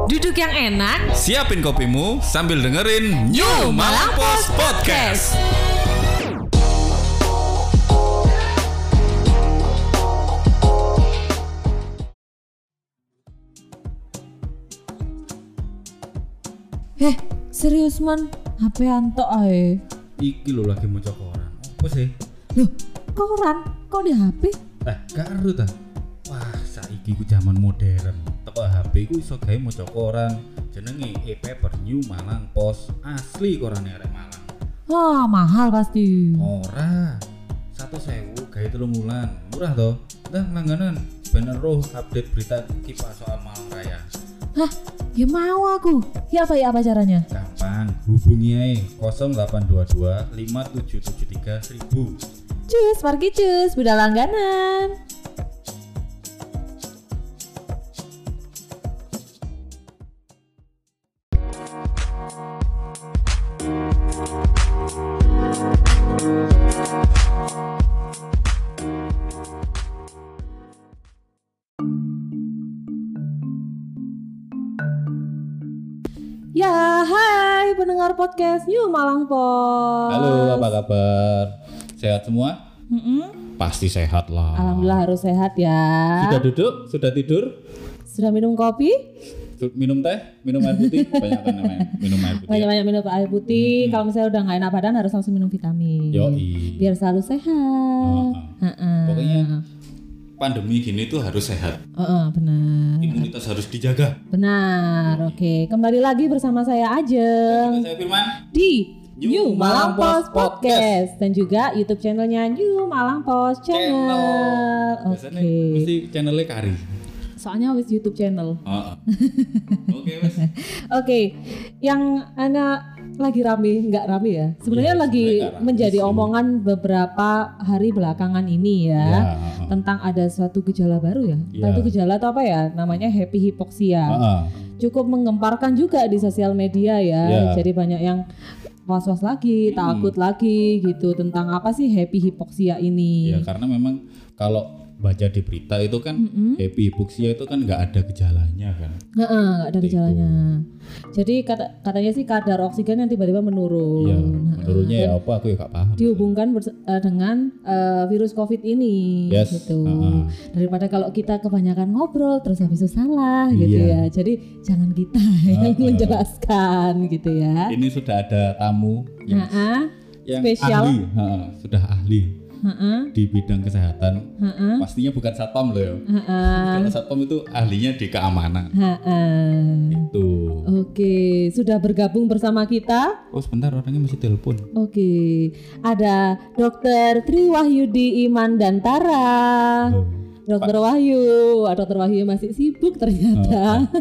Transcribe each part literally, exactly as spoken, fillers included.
Duduk yang enak, siapin kopimu sambil dengerin New Malang Post Podcast. Heh, serius man, H P antok ae. Iki lo lagi mau koran. Apa sih? Loh, koran? Kok di H P? Eh, karo ta. Wah, saiki ku zaman modern. Teko H P ku iso gawe maca koran. Jenenge e-paper New Malang Post. Asli korane arek Malang. Wah, mahal pasti. Ora. satu sewu gawe telung wulan. Murah to. Dah langganan. Ben roh update berita kipas soal Malang Raya. Hah, ya mau aku. Ya apa ya apa caranya? Gampang, hubungi ae nol delapan dua dua lima tujuh tujuh tiga seribu. Cus, pergi cus, beda langganan. Ya, hai pendengar podcast New Malang Post. Halo, apa kabar? Sehat semua? Mm-mm. Pasti sehat lah. Alhamdulillah harus sehat ya. Sudah duduk? Sudah tidur? Sudah minum kopi? Minum teh? Minum air putih? Banyak kan namanya minum air putih. Banyak-banyak minum air putih. Hmm. Kalau misalnya udah nggak enak badan harus langsung minum vitamin. Yoi. Biar selalu sehat. Uh-uh. Uh-uh. Pokoknya pandemi gini tuh harus sehat. Uh-uh, benar. Imunitas harus dijaga. Benar. Oke, okay. Kembali lagi bersama saya Ajeng. Dan saya Firman Di New, New Malang Post Podcast. Podcast dan juga YouTube channelnya New Malang Post Channel. Channel. Oke. Okay. Mesti channelnya Kari. Soalnya wis YouTube channel. Uh-uh. Oke, wis. Oke, yang anak lagi rame, nggak rame ya? Sebenarnya ya, lagi sebenarnya menjadi sih. Omongan beberapa hari belakangan ini ya, ya uh-uh. tentang ada suatu gejala baru ya. Entah ya. Itu gejala atau apa ya? Namanya happy hypoxia. Uh-uh. Cukup menggemparkan juga di sosial media ya. ya. Jadi banyak yang was-was lagi, hmm. takut lagi gitu tentang apa sih happy hypoxia ini. Ya karena memang kalau baca di berita itu kan mm-hmm. happy hypoxia itu kan nggak ada gejalanya kan. Nggak ada gejalanya. Jadi kata, katanya sih kadar oksigen yang tiba-tiba menurun. Iya, menurunnya ya apa aku ya nggak paham. Dihubungkan berse- uh, dengan uh, virus COVID ini, yes. gitu. Uh-huh. Daripada kalau kita kebanyakan ngobrol terus habis itu salah, iya. gitu ya. Jadi jangan kita yang uh-huh. menjelaskan, gitu ya. Ini sudah ada tamu yang, uh-huh. yang spesial, ahli, uh, sudah ahli. Uh-uh. Di bidang kesehatan, uh-uh. pastinya bukan satpam loh ya. Uh-uh. Kalau satpam itu ahlinya di keamanan. Uh-uh. Itu. Oke, sudah bergabung bersama kita. Oh sebentar, orangnya masih telepon. Oke, ada Dokter Triwahyudi Iman Dantara. Hmm. Dokter Wahyu, Wah, Dokter Wahyu masih sibuk ternyata. Oh,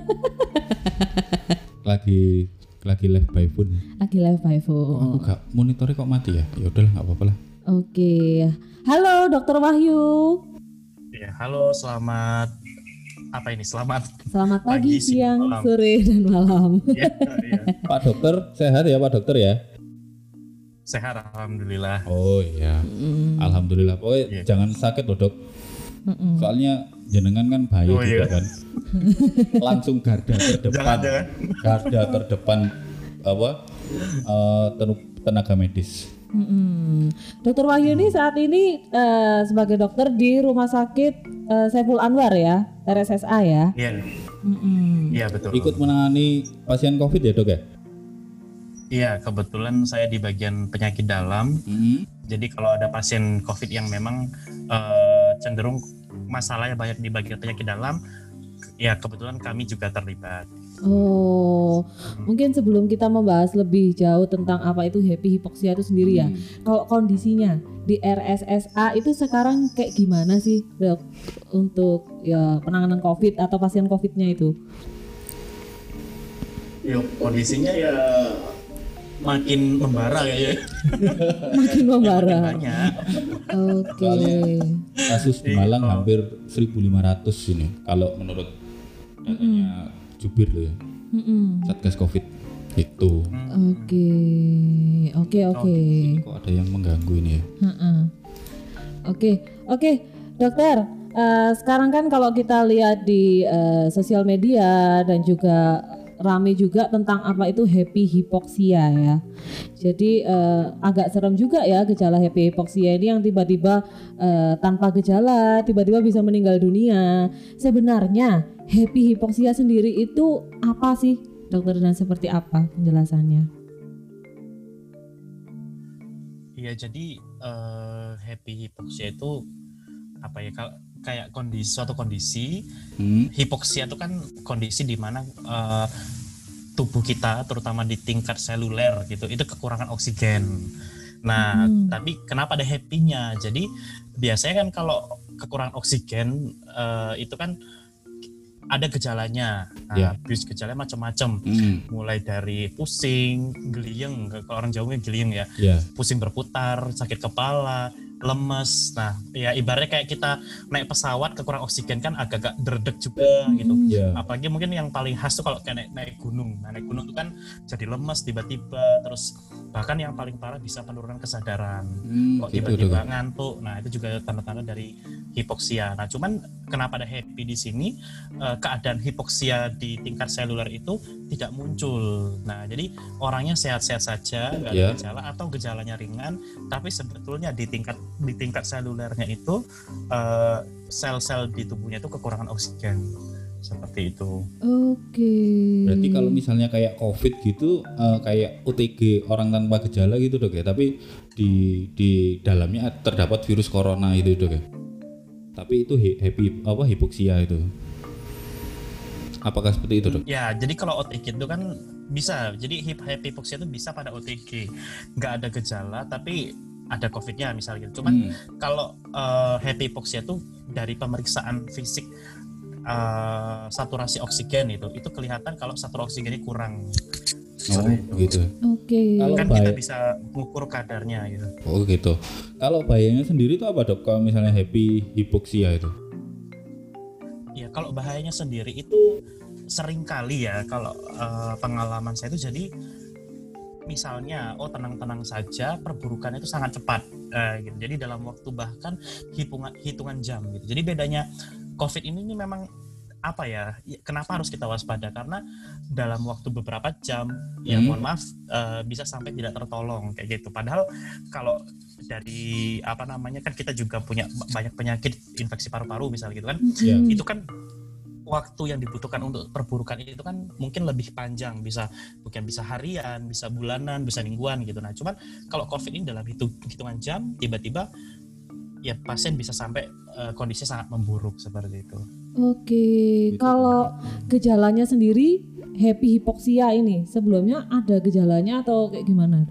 lagi lagi live by phone. Lagi live by phone. Oh, aku gak monitornya kok mati ya? Ya udahlah nggak apa-apa lah. Oke, halo Dokter Wahyu. Ya, halo, selamat apa ini? Selamat. Selamat pagi, pagi siang, malam. Sore dan malam. Ya, ya. Pak Dokter, sehat ya Pak Dokter ya? Sehat, alhamdulillah. Oh iya, mm. alhamdulillah. Pokoknya yeah. jangan sakit loh dok. Mm-mm. Soalnya jenengan kan bahaya oh, juga iya. kan. Langsung garda terdepan, jangan, garda terdepan apa? Uh, tenaga medis. Mm-hmm. Dokter Wahyu ini saat ini uh, sebagai dokter di Rumah Sakit uh, Saiful Anwar ya, R S S A ya. Iya. Mm-hmm. Iya betul. Ikut menangani pasien COVID ya dok ya? Iya, kebetulan saya di bagian penyakit dalam. Mm-hmm. Jadi kalau ada pasien COVID yang memang uh, cenderung masalahnya banyak di bagian penyakit dalam, ya kebetulan kami juga terlibat. Oh, mungkin sebelum kita membahas lebih jauh tentang apa itu happy hypoxia itu sendiri ya, hmm. kalau kondisinya di R S S A itu sekarang kayak gimana sih dok untuk ya penanganan COVID atau pasien COVID-nya itu? Ya kondisinya ya makin membara kayaknya. Makin membara. Makin banyak. Oke. Okay. Kasus di Malang hampir seribu lima ratus ini kalau menurut datanya. Mm-hmm. Jubir loh ya, mm-mm. Satgas Covid itu. Oke, oke, oke. Kok ada yang mengganggu ini ya? Oke, oke, dokter. Uh, sekarang kan kalau kita lihat di uh, sosial media dan juga rame juga tentang apa itu happy hipoksia ya. Jadi uh, agak serem juga ya gejala happy hipoksia ini yang tiba-tiba uh, tanpa gejala tiba-tiba bisa meninggal dunia. Sebenarnya happy hipoksia sendiri itu apa sih, dokter, dan seperti apa penjelasannya? Iya, jadi uh, happy hipoksia itu apa ya, kalau kayak kondisi suatu kondisi hmm. hipoksia itu kan kondisi di mana uh, tubuh kita terutama di tingkat seluler gitu itu kekurangan oksigen. Nah, hmm. tapi kenapa ada happy-nya? Jadi biasanya kan kalau kekurangan oksigen uh, itu kan ada gejalanya. Nah, yeah. gejalanya macam-macam. Hmm. Mulai dari pusing, geliyeng, kalau orang Jawa geliyeng ya. Yeah. Pusing berputar, sakit kepala, lemes. Nah, ya ibaratnya kayak kita naik pesawat kekurangan oksigen kan agak-agak derdek juga gitu. Yeah. Apalagi mungkin yang paling khas tuh kalau kayak naik, naik gunung. Nah, naik gunung itu kan jadi lemes tiba-tiba, terus bahkan yang paling parah bisa penurunan kesadaran. Hmm, kok gitu, tiba-tiba gitu. Ngantuk. Nah, itu juga tanda-tanda dari hipoksia. Nah, cuman kenapa ada happy di sini? Uh, keadaan hipoksia di tingkat seluler itu tidak muncul. Nah, jadi orangnya sehat-sehat saja, nggak ada yeah. gejala atau gejalanya ringan, tapi sebetulnya di tingkat di tingkat selulernya itu uh, sel-sel di tubuhnya itu kekurangan oksigen. Seperti itu. Oke. Okay. Berarti kalau misalnya kayak COVID gitu, uh, kayak O T G orang tanpa gejala gitu dok ya, tapi di di dalamnya terdapat virus corona itu dok ya. Tapi itu happy apa hipoksia itu. Apakah seperti itu dok? Ya, jadi kalau O T G itu kan bisa. Jadi happy hipoksia itu bisa pada O T G, nggak ada gejala tapi ada COVID-nya misalnya gitu. Cuman hmm. kalau uh, happy hipoksia itu dari pemeriksaan fisik uh, saturasi oksigen itu, itu kelihatan kalau saturasi oksigennya kurang. Oh gitu. Oke. Okay. Kan kita bisa mengukur kadarnya gitu. Oh gitu. Kalau bahayanya sendiri itu apa dok? Kalau misalnya happy hipoksia itu? Ya kalau bahayanya sendiri itu sering kali ya kalau uh, pengalaman saya itu jadi misalnya oh tenang-tenang saja perburukannya itu sangat cepat uh, gitu. Jadi dalam waktu bahkan hitungan hitungan jam gitu. Jadi bedanya COVID ini, ini memang apa ya, kenapa harus kita waspada, karena dalam waktu beberapa jam hmm. ya mohon maaf uh, bisa sampai tidak tertolong kayak gitu. Padahal kalau dari apa namanya kan kita juga punya banyak penyakit infeksi paru-paru misalnya gitu kan, yeah. itu kan waktu yang dibutuhkan untuk perburukan itu kan mungkin lebih panjang, bisa mungkin bisa harian, bisa bulanan, bisa mingguan gitu. Nah cuman kalau COVID ini dalam hitung, hitungan jam tiba-tiba ya pasien bisa sampai uh, kondisinya sangat memburuk seperti itu. Oke, gitu. Kalau gejalanya sendiri happy hipoksia ini sebelumnya ada gejalanya atau kayak gimana?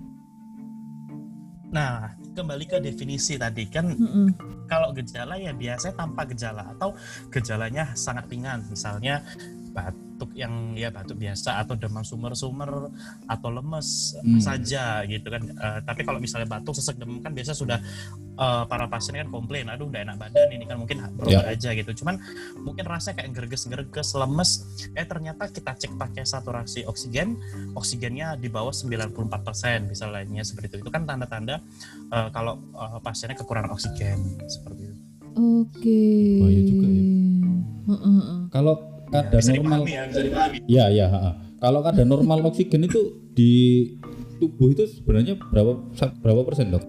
Nah, kembali ke definisi tadi kan, mm-mm. kalau gejala ya biasanya tanpa gejala atau gejalanya sangat ringan, misalnya batuk yang ya batuk biasa atau demam sumber-sumber atau lemes hmm. saja gitu kan. Uh, tapi kalau misalnya batuk, sesek, demam kan biasa sudah uh, para pasien kan komplain, aduh udah enak badan ini kan mungkin berobat yeah. aja gitu. Cuman mungkin rasanya kayak gerges-gerges, lemes. Eh ternyata kita cek pakai saturasi oksigen, oksigennya di bawah sembilan puluh empat persen misalnya seperti itu. Itu kan tanda-tanda uh, kalau uh, pasiennya kekurangan oksigen seperti itu. Oke. Okay. Bahaya juga ya. Uh-uh. Kalau kadar ya, normal ya, ya, ya kalau kadar normal oksigen itu di tubuh itu sebenarnya berapa berapa persen dok?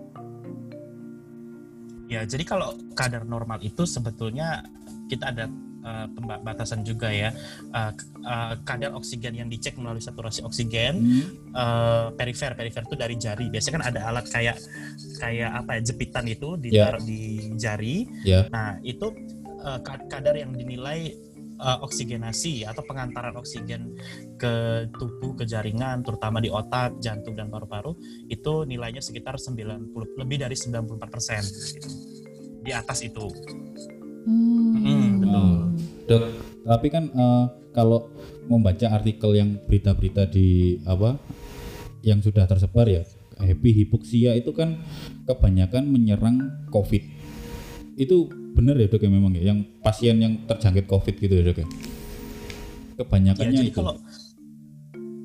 Ya jadi kalau kadar normal itu sebetulnya kita ada uh, batasan juga ya, uh, uh, kadar oksigen yang dicek melalui saturasi oksigen hmm. uh, perifer perifer itu dari jari, biasanya kan ada alat kayak kayak apa ya, jepitan itu ditaruh yeah. di jari, yeah. nah itu uh, kadar yang dinilai Uh, oksigenasi atau pengantaran oksigen ke tubuh, ke jaringan, terutama di otak, jantung dan paru-paru itu nilainya sekitar sembilan puluh lebih dari sembilan puluh empat persen gitu. Di atas itu. Hmm. Hmm, betul. Dok, tapi kan uh, kalau membaca artikel yang berita-berita di apa yang sudah tersebar ya, happy hipoksia itu kan kebanyakan menyerang COVID. Itu benar ya dok ya memang ya, yang pasien yang terjangkit COVID gitu ya dok ya? Kebanyakannya ya, itu. Kalau,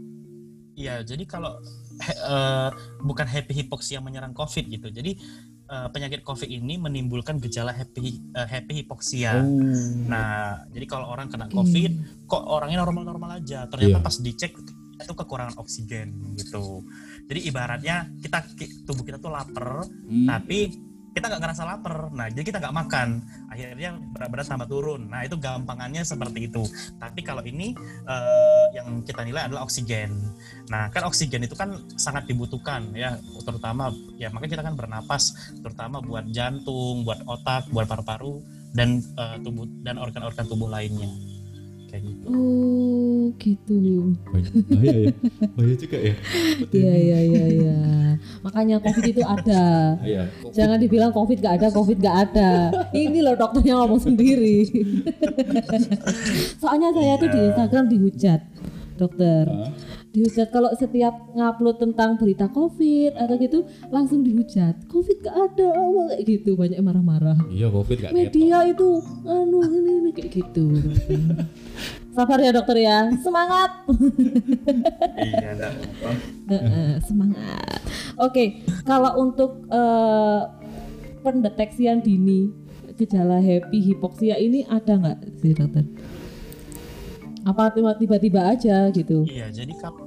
ya jadi kalau he, uh, bukan happy hipoksia menyerang COVID gitu. Jadi uh, penyakit COVID ini menimbulkan gejala happy uh, happy hipoksia. Oh. Nah, jadi kalau orang kena COVID, hmm. kok orangnya normal-normal aja. Ternyata yeah. pas dicek itu kekurangan oksigen gitu. Jadi ibaratnya kita tubuh kita tuh lapar, hmm. tapi kita nggak ngerasa lapar, nah jadi kita nggak makan, akhirnya berat berat tambah turun. Nah itu gampangannya seperti itu. Tapi kalau ini uh, yang kita nilai adalah oksigen. Nah kan oksigen itu kan sangat dibutuhkan ya, terutama ya makanya kita kan bernapas, terutama buat jantung, buat otak, buat paru-paru dan uh, tubuh dan organ-organ tubuh lainnya. Kayak gitu. Oh gitu. Bahaya ya, bahaya juga ya. Iya iya iya iya. Makanya COVID itu ada. Iya, COVID. Jangan dibilang COVID gak ada, COVID gak ada. Ini loh dokternya ngomong sendiri. Soalnya saya tuh di Instagram dihujat, dokter. Huh? Dihujat kalau setiap ngupload tentang berita COVID atau gitu langsung dihujat. COVID gak ada, kayak gitu, banyak yang marah-marah. Iya, COVID gak ada. Media ketok. Itu anu ini, ini kayak gitu. Sabar ya dokter ya, semangat. Iya, enggak apa-apa. Semangat. Oke, kalau untuk uh, pendeteksian dini gejala happy hipoksia ini ada nggak sih dokter? Apa tiba-tiba aja gitu? Iya, jadi kalau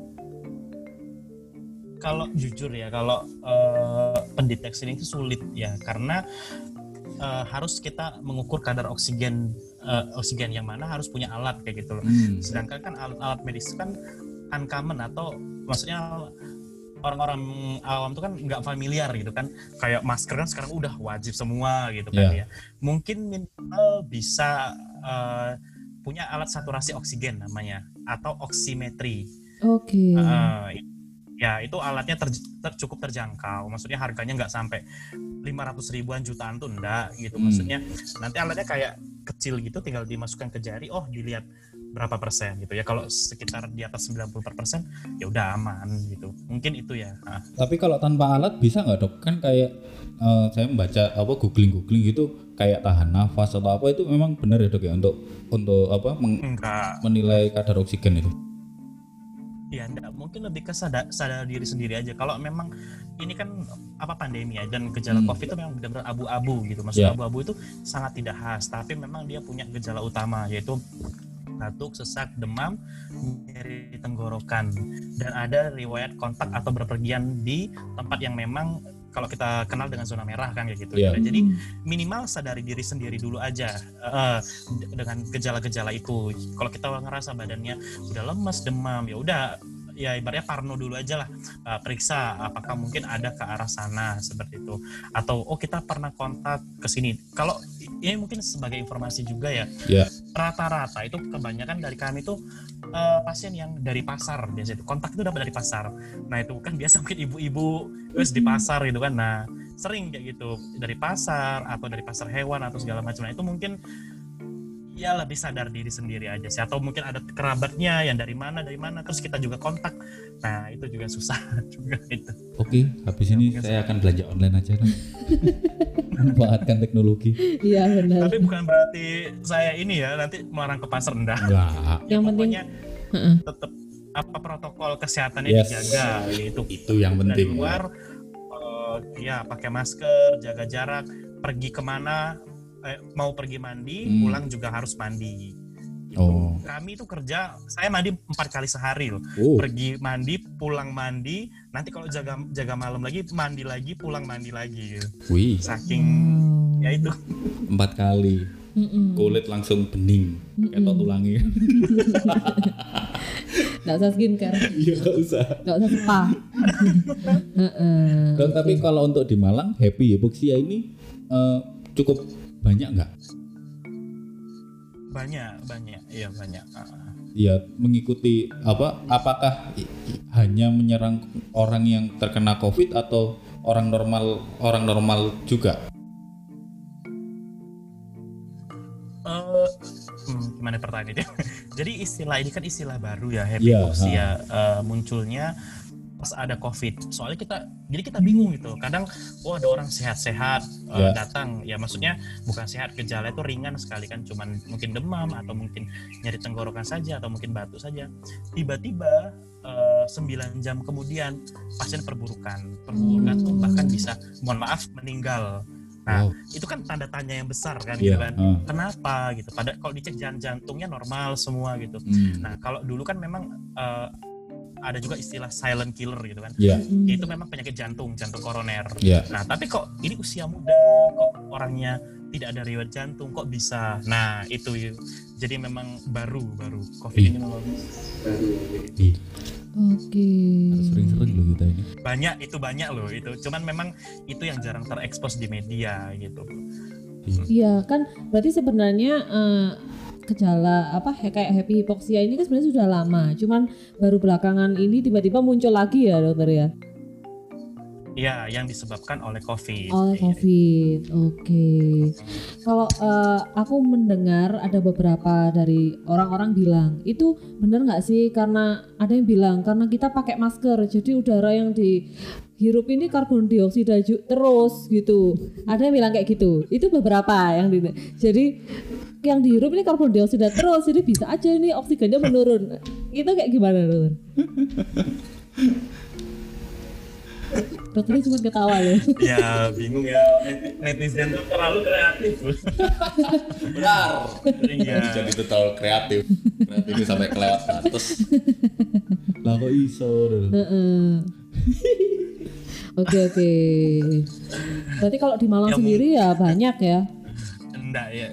kalau jujur ya, kalau uh, pendeteksi ini sulit ya, karena uh, harus kita mengukur kadar oksigen uh, oksigen yang mana harus punya alat kayak gitu loh. Hmm. Sedangkan kan alat-alat medis kan uncommon atau maksudnya orang-orang awam tuh kan nggak familiar gitu kan, kayak masker kan sekarang udah wajib semua gitu kan yeah. ya. Mungkin minimal bisa uh, punya alat saturasi oksigen namanya atau oksimetri. Oke. Okay. Uh, ya itu alatnya ter, ter, cukup terjangkau. Maksudnya harganya nggak sampai lima ratus ribuan jutaan tuh enggak gitu. Hmm. Maksudnya nanti alatnya kayak kecil gitu, tinggal dimasukkan ke jari. Oh dilihat berapa persen gitu ya. Kalau sekitar di atas sembilan puluh persen ya udah aman gitu. Mungkin itu ya. Nah. Tapi kalau tanpa alat bisa nggak dok? Kan kayak uh, saya membaca apa googling googling gitu kayak tahan nafas atau apa itu memang benar ya dok ya untuk untuk apa meng- menilai kadar oksigen itu? Ya enggak, mungkin lebih ke sadar, sadar diri sendiri aja. Kalau memang ini kan apa pandemi ya dan gejala hmm. COVID itu memang benar-benar abu-abu gitu. Maksudnya yeah. abu-abu itu sangat tidak khas, tapi memang dia punya gejala utama yaitu batuk, sesak, demam, nyeri tenggorokan, dan ada riwayat kontak atau berpergian di tempat yang memang kalau kita kenal dengan zona merah kan kayak gitu. Yeah. Jadi minimal sadari diri sendiri dulu aja uh, dengan gejala-gejala itu. Kalau kita ngerasa badannya udah lemas, demam, ya udah ya ibaratnya parno dulu aja lah, uh, periksa apakah mungkin ada ke arah sana seperti itu, atau oh kita pernah kontak ke sini. Kalau ini mungkin sebagai informasi juga ya, yeah. rata-rata itu kebanyakan dari kami tuh uh, pasien yang dari pasar biasanya itu kontak itu dapat dari pasar. Nah itu kan biasa mungkin ibu-ibu terus di pasar gitu kan, nah sering kayak gitu dari pasar atau dari pasar hewan atau segala macam. Nah itu mungkin ya lebih sadar diri sendiri aja sih, atau mungkin ada kerabatnya yang dari mana dari mana terus kita juga kontak, nah itu juga susah juga itu. Oke, habis ya, ini saya akan belanja online aja kan. Manfaatkan teknologi. Iya benar. Tapi bukan berarti saya ini ya nanti melarang ke pasar, enggak. Enggak. Ya, yang pokoknya penting tetap apa protokol kesehatannya yes. dijaga, yaitu itu yang penting. Dari luar uh, ya pakai masker, jaga jarak, pergi kemana eh, mau pergi mandi, hmm. pulang juga harus mandi. Gitu. Oh. Kami itu kerja, saya mandi empat kali sehari loh. Oh. Pergi mandi, pulang mandi, nanti kalau jaga jaga malam lagi mandi lagi, pulang mandi lagi. Gitu. Wih. Saking hmm. ya itu empat kali. Mm-mm. Kulit langsung bening, ketok tulangnya. Nggak usah skincare. Iya nggak usah. Nggak usah spa. Dok, tapi kalau untuk di Malang happy hipoksia ini uh, cukup banyak nggak? Banyak, banyak, iya banyak. Iya, mengikuti apa? Apakah hanya menyerang orang yang terkena COVID atau orang normal, orang normal juga? Uh, hmm, gimana pertanyaannya? Jadi istilah ini kan istilah baru ya, happy hipoksia. Yeah. Uh, munculnya pas ada COVID. Soalnya kita, jadi kita bingung gitu. Kadang, oh ada orang sehat-sehat yeah. uh, datang. Ya maksudnya bukan sehat, gejala itu ringan sekali kan. Cuman mungkin demam atau mungkin nyeri tenggorokan saja atau mungkin batuk saja. Tiba-tiba uh, sembilan jam kemudian pasien perburukan. Perburukan tuh bahkan bisa, mohon maaf, meninggal. Nah, wow. itu kan tanda tanya yang besar kan, yeah. gitu kan. Uh. Kenapa gitu? Pada kalau dicek jantungnya normal semua gitu. Hmm. Nah, kalau dulu kan memang uh, ada juga istilah silent killer gitu kan. Yeah. Itu memang penyakit jantung, jantung koroner. Yeah. Nah, tapi kok ini usia muda, kok orangnya tidak ada riwayat jantung, kok bisa? Nah, itu jadi memang baru baru COVID Ih. ini memang baru. Ih. Oke. Harus sering-sering loh kita ini. Banyak itu banyak loh itu. Cuman memang itu yang jarang terekspos di media gitu. Iya kan, berarti sebenarnya uh, gejala apa kayak happy hypoxia ini kan sebenarnya sudah lama, cuman baru belakangan ini tiba-tiba muncul lagi ya dokter ya? Iya, yang disebabkan oleh COVID. Oleh COVID, oke. Okay. Kalau uh, aku mendengar ada beberapa dari orang-orang bilang, itu benar nggak sih? Karena ada yang bilang karena kita pakai masker, jadi udara yang dihirup ini karbon dioksida terus gitu. Ada yang bilang kayak gitu. Itu beberapa yang di, jadi yang dihirup ini karbon dioksida terus, jadi bisa aja ini oksigennya menurun. Itu kayak gimana dokter? Dokternya cuma ketawa ya. Ya bingung ya, netizen tuh terlalu kreatif. Benar. Iya. Jadi itu terlalu kreatif. Kreatif sampai kelewat batas. Lah kok iso dulu. Oke oke. Berarti kalau di Malang ya, sendiri ya banyak ya? Enggak ya.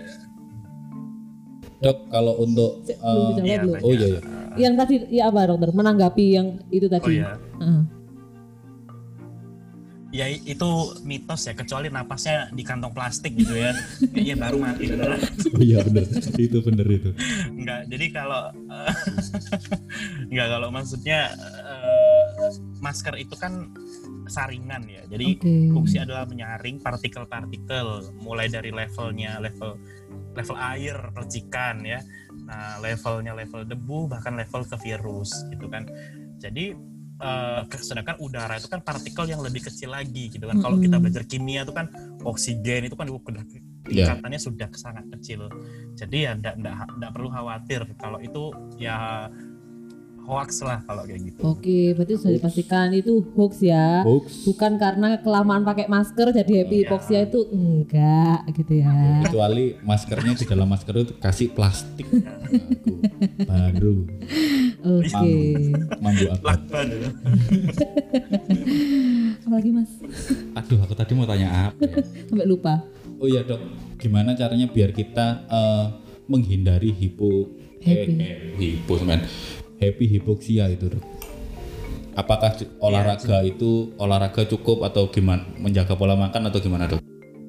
Dok, kalau untuk uh, ya, oh iya, iya. Yang tadi ya apa dokter? Menanggapi yang itu tadi. Oh iya. Uh. Ya itu mitos ya, kecuali napasnya di kantong plastik gitu ya, kayaknya baru mati beneran. Oh iya bener, itu bener itu. Enggak, jadi kalau uh, enggak kalau maksudnya uh, masker itu kan saringan ya, jadi okay. fungsi adalah menyaring partikel-partikel, mulai dari levelnya level level air, percikan ya, nah levelnya level debu bahkan level ke virus gitu kan, jadi Uh, sedangkan udara itu kan partikel yang lebih kecil lagi gitu kan. Mm-hmm. Kalau kita belajar kimia itu kan oksigen itu kan tingkatannya yeah. sudah sangat kecil. Jadi ya enggak enggak enggak perlu khawatir kalau itu ya hoax lah kalau kayak gitu. Oke, berarti sudah dipastikan itu hoax ya. Hoax. Bukan karena kelamaan pakai masker jadi happy hypoxia yeah. itu enggak gitu ya. Kecuali maskernya di dalam masker itu kasih plastik. Baru. Oke. Okay. Mampu apa? Apalagi Mas? Aduh, aku tadi mau tanya apa ya? Sampai lupa. Oh iya dok, gimana caranya biar kita uh, menghindari hipo happy eh, eh, hipo semen happy hypoxia itu dok? Apakah olahraga ya, itu olahraga cukup atau gimana? Menjaga pola makan atau gimana dok?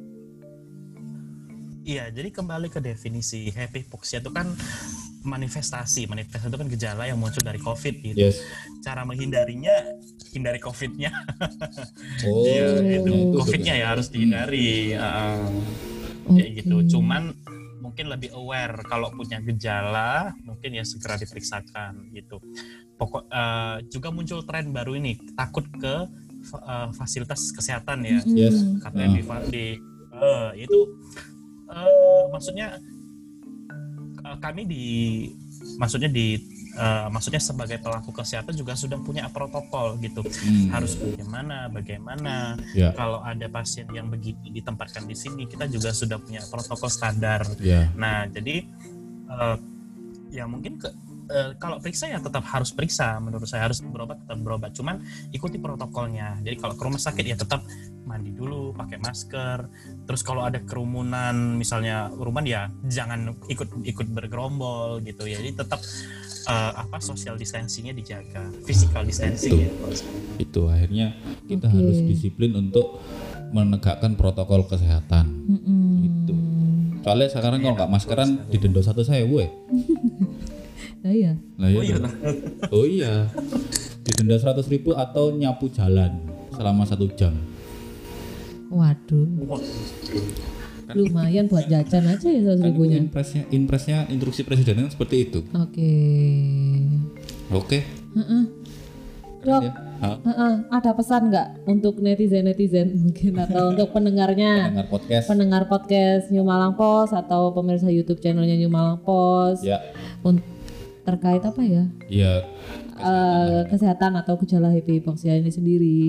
Iya, jadi kembali ke definisi happy hypoxia itu kan manifestasi, manifestasi itu kan gejala yang muncul dari COVID gitu. Yes. Cara menghindarinya, hindari COVID-nya. Oh, ya, itu COVID-nya ya harus dihindari. Uh, okay. Kayak gitu. Cuman mungkin lebih aware kalau punya gejala, mungkin ya segera diperiksakan gitu. Pokok uh, juga muncul tren baru ini, takut ke uh, fasilitas kesehatan ya. Yes. Katanya uh. di, di uh, itu uh, maksudnya kami di maksudnya di uh, maksudnya sebagai pelaku kesehatan juga sudah punya protokol gitu. Hmm. Harus bagaimana bagaimana yeah. Kalau ada pasien yang begini ditempatkan di sini, kita juga sudah punya protokol standar. Yeah. Nah, jadi uh, ya mungkin ke Uh, kalau periksa ya tetap harus periksa, menurut saya harus berobat tetap berobat, cuman ikuti protokolnya. Jadi kalau ke rumah sakit ya tetap mandi dulu, pakai masker. Terus kalau ada kerumunan misalnya kerumunan ya jangan ikut ikut bergerombol gitu ya. Jadi tetap uh, apa social distancingnya dijaga, physical distancing. Itu, ya. Itu akhirnya kita okay. harus disiplin untuk menegakkan protokol kesehatan. Mm-hmm. Itu. Soalnya sekarang kalau nggak maskeran didenda satu saya, gue. Nah, iya. Nah, iya. Oh iya. Oh iya. Didenda seratus ribu atau nyapu jalan selama satu jam. Waduh. Lumayan buat jajan aja ya seratus ribunya. Impresnya, impresnya instruksi presiden kan seperti itu. Oke. Oke. Uh-uh. Dok, ya. uh-uh, ada pesan nggak untuk netizen-netizen mungkin atau untuk pendengarnya? Pendengar podcast. Pendengar podcast New Malang Post atau pemirsa YouTube channelnya New Malang Post. Ya. Un- terkait apa ya? Iya. Kesehatan, uh, kesehatan atau gejala H P hipoksia ini sendiri.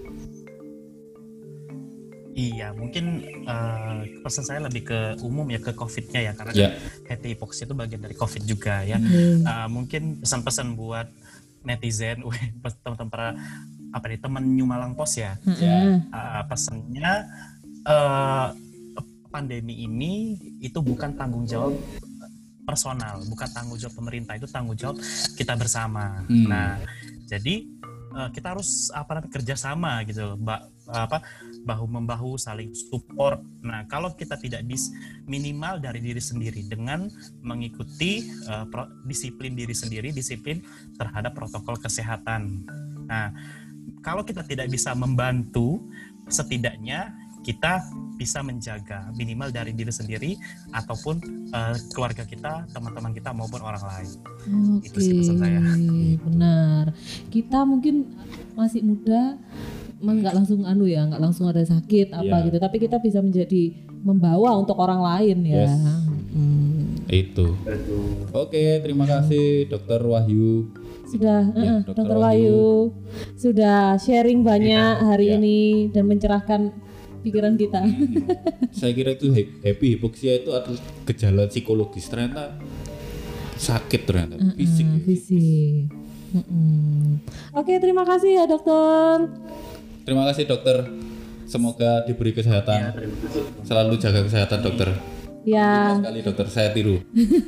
Iya, mungkin uh, pesan saya lebih ke umum ya, ke COVID-nya ya, karena yeah. H P hipoksia itu bagian dari COVID juga ya. Hmm. Uh, mungkin pesan-pesan buat netizen, teman-teman para apa nih teman New Malang Post ya. Hmm. Uh, pesannya uh, pandemi ini itu bukan tanggung jawab personal, bukan tanggung jawab pemerintah, itu tanggung jawab kita bersama. Hmm. Nah, jadi uh, kita harus apa namanya kerjasama gitu, mbak apa bahu membahu saling support. Nah, kalau kita tidak bis minimal dari diri sendiri dengan mengikuti uh, pro, disiplin diri sendiri, disiplin terhadap protokol kesehatan. Nah, kalau kita tidak bisa membantu, setidaknya kita bisa menjaga minimal dari diri sendiri ataupun uh, keluarga kita, teman-teman kita maupun orang lain. Oke, itu sih pesan saya. Benar. Kita mungkin masih muda, nggak langsung anu ya, nggak langsung ada sakit apa yeah. gitu, tapi kita bisa menjadi membawa untuk orang lain ya. Yes. Hmm. Itu. Oke, terima kasih Dokter Wahyu. Sudah, ya, uh, Dokter Wahyu. Wahyu sudah sharing banyak ya, hari ya. ini dan mencerahkan pikiran kita. Hmm. Saya kira itu happy hipoksia itu adalah gejala psikologis, ternyata sakit ternyata uh-uh, fisik. Fisik. Uh-uh. Oke, terima kasih ya dokter. Terima kasih dokter. Semoga diberi kesehatan. Ya, selalu jaga kesehatan dokter. Ya. Terima sekali dokter, saya tiru.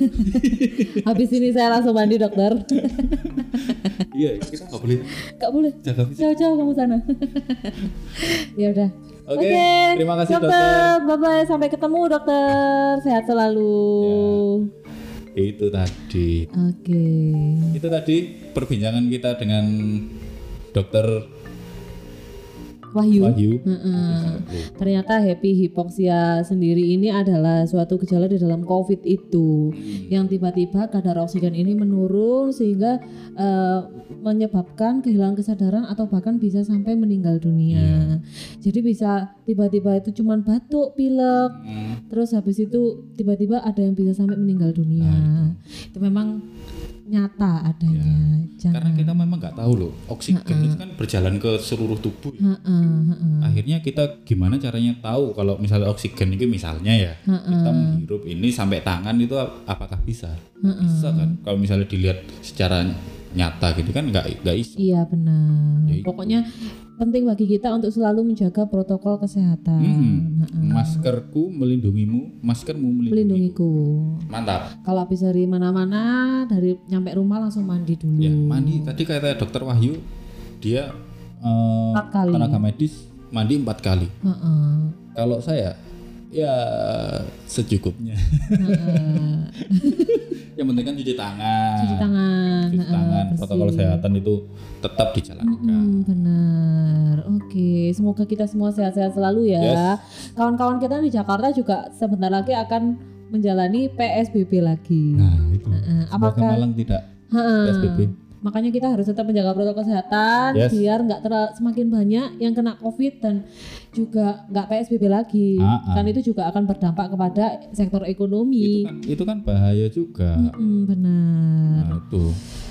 Habis ini saya langsung mandi dokter. Iya, kita nggak boleh. Nggak boleh. Jaga fisik. Jauh-jauh kamu sana. Ya udah. Oke, okay, okay. Terima kasih dokter. dokter. Bye bye, sampai ketemu dokter. Sehat selalu. Ya, itu tadi. Oke. Okay. Itu tadi perbincangan kita dengan dokter Wahyu. Wahyu. Ternyata happy hipoksia sendiri ini adalah suatu gejala di dalam COVID itu, hmm. yang tiba-tiba kadar oksigen ini menurun sehingga uh, menyebabkan kehilangan kesadaran atau bahkan bisa sampai meninggal dunia. Yeah. Jadi bisa tiba-tiba itu cuman batuk, pilek, hmm. terus habis itu tiba-tiba ada yang bisa sampai meninggal dunia. Nah, itu. itu memang nyata adanya. Ya, karena kita memang nggak tahu loh, oksigen ha-ha. itu kan berjalan ke seluruh tubuh. Ha-ha, ha-ha. Akhirnya kita gimana caranya tahu kalau misalnya oksigen ini misalnya ya ha-ha. kita menghirup ini sampai tangan itu apakah bisa? Ha-ha. Bisa kan? Kalau misalnya dilihat secara nyata gitu kan nggak nggak iso. Iya benar. Ya, pokoknya penting bagi kita untuk selalu menjaga protokol kesehatan. Hmm. Maskerku melindungimu, maskermu melindungiku. Mantap. Kalau habis dari mana-mana, dari nyampe rumah langsung mandi dulu. Ya, mandi. Tadi kata dokter Wahyu, dia uh, tenaga medis mandi empat kali. Uh-uh. Kalau saya, ya secukupnya. Uh-uh. Yang penting kan cuci tangan. Cuci tangan. Cuci tangan. Uh, protokol kesehatan itu tetap dijalankan. Mm-hmm, benar. Oke, semoga kita semua sehat-sehat selalu ya. Yes. Kawan-kawan kita di Jakarta juga sebentar lagi akan menjalani P S B B lagi. Nah, itu. Uh, apakah Malang tidak uh, P S B B? Makanya kita harus tetap menjaga protokol kesehatan, yes. biar nggak terlalu semakin banyak yang kena COVID dan juga nggak P S B B lagi. Ah, kan ah. itu juga akan berdampak kepada sektor ekonomi. Itu kan, itu kan bahaya juga. Mm-mm, benar. Nah, itu.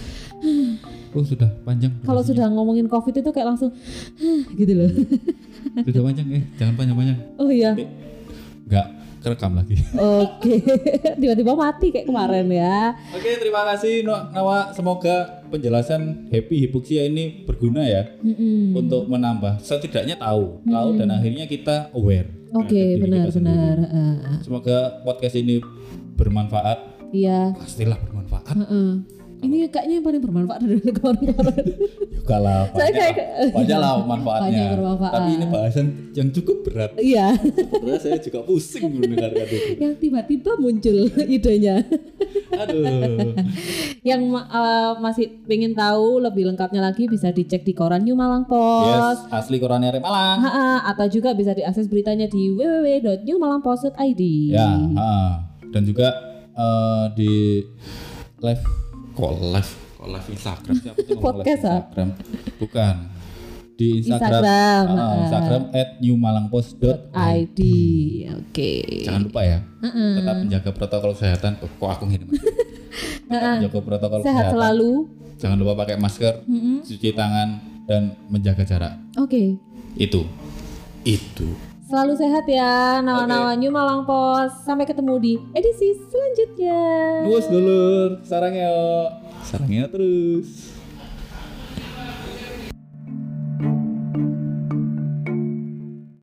Oh sudah panjang. Kalau sudah ngomongin COVID itu kayak langsung gitu loh. Sudah panjang eh, jangan panjang-panjang. Oh iya. Enggak kerekam lagi. Oke, tiba-tiba mati kayak kemarin ya. Oke, terima kasih Nawa. Semoga penjelasan happy hipoksia ini berguna ya, mm-hmm. untuk menambah setidaknya tahu, mm-hmm. tahu dan akhirnya kita aware. Oke, benar-benar. Uh, Semoga podcast ini bermanfaat. Iya. Pastilah bermanfaat. Uh-uh. Ini kayaknya yang paling bermanfaat dari kemarin-kemarin. Juga lah, banyak, kayak, banyak lah manfaatnya. Banyak bermanfaat. Tapi ini bahasan yang cukup berat. Iya. Sebenarnya saya juga pusing mendengarkan itu. Yang tiba-tiba muncul idenya. Aduh. Yang uh, masih pengen tahu lebih lengkapnya lagi bisa dicek di koran New Malang Post. Yes, asli korannya Re Malang. Ha-ha, atau juga bisa diakses beritanya di w w w dot new malang post dot i d. Ya, ha. Dan juga uh, di live Kok live? Kok live Instagram siapa tuh ngomong Podcast, live Instagram? Bukan. Di Instagram Instagram, uh, uh, Instagram at new malangpost dot i d. Oke. Jangan lupa ya. Uh-uh. Tetap menjaga protokol kesehatan. Oh, kok aku ngirim. Tetap menjaga protokol Sehat kesehatan. selalu. Jangan lupa pakai masker, uh-uh. cuci tangan dan menjaga jarak. Oke. Okay. Itu. Itu. Selalu sehat ya, nawa-nawa okay. New Malang Post. Sampai ketemu di edisi selanjutnya. Nuwun dulur, sarangnya, sarangnya terus.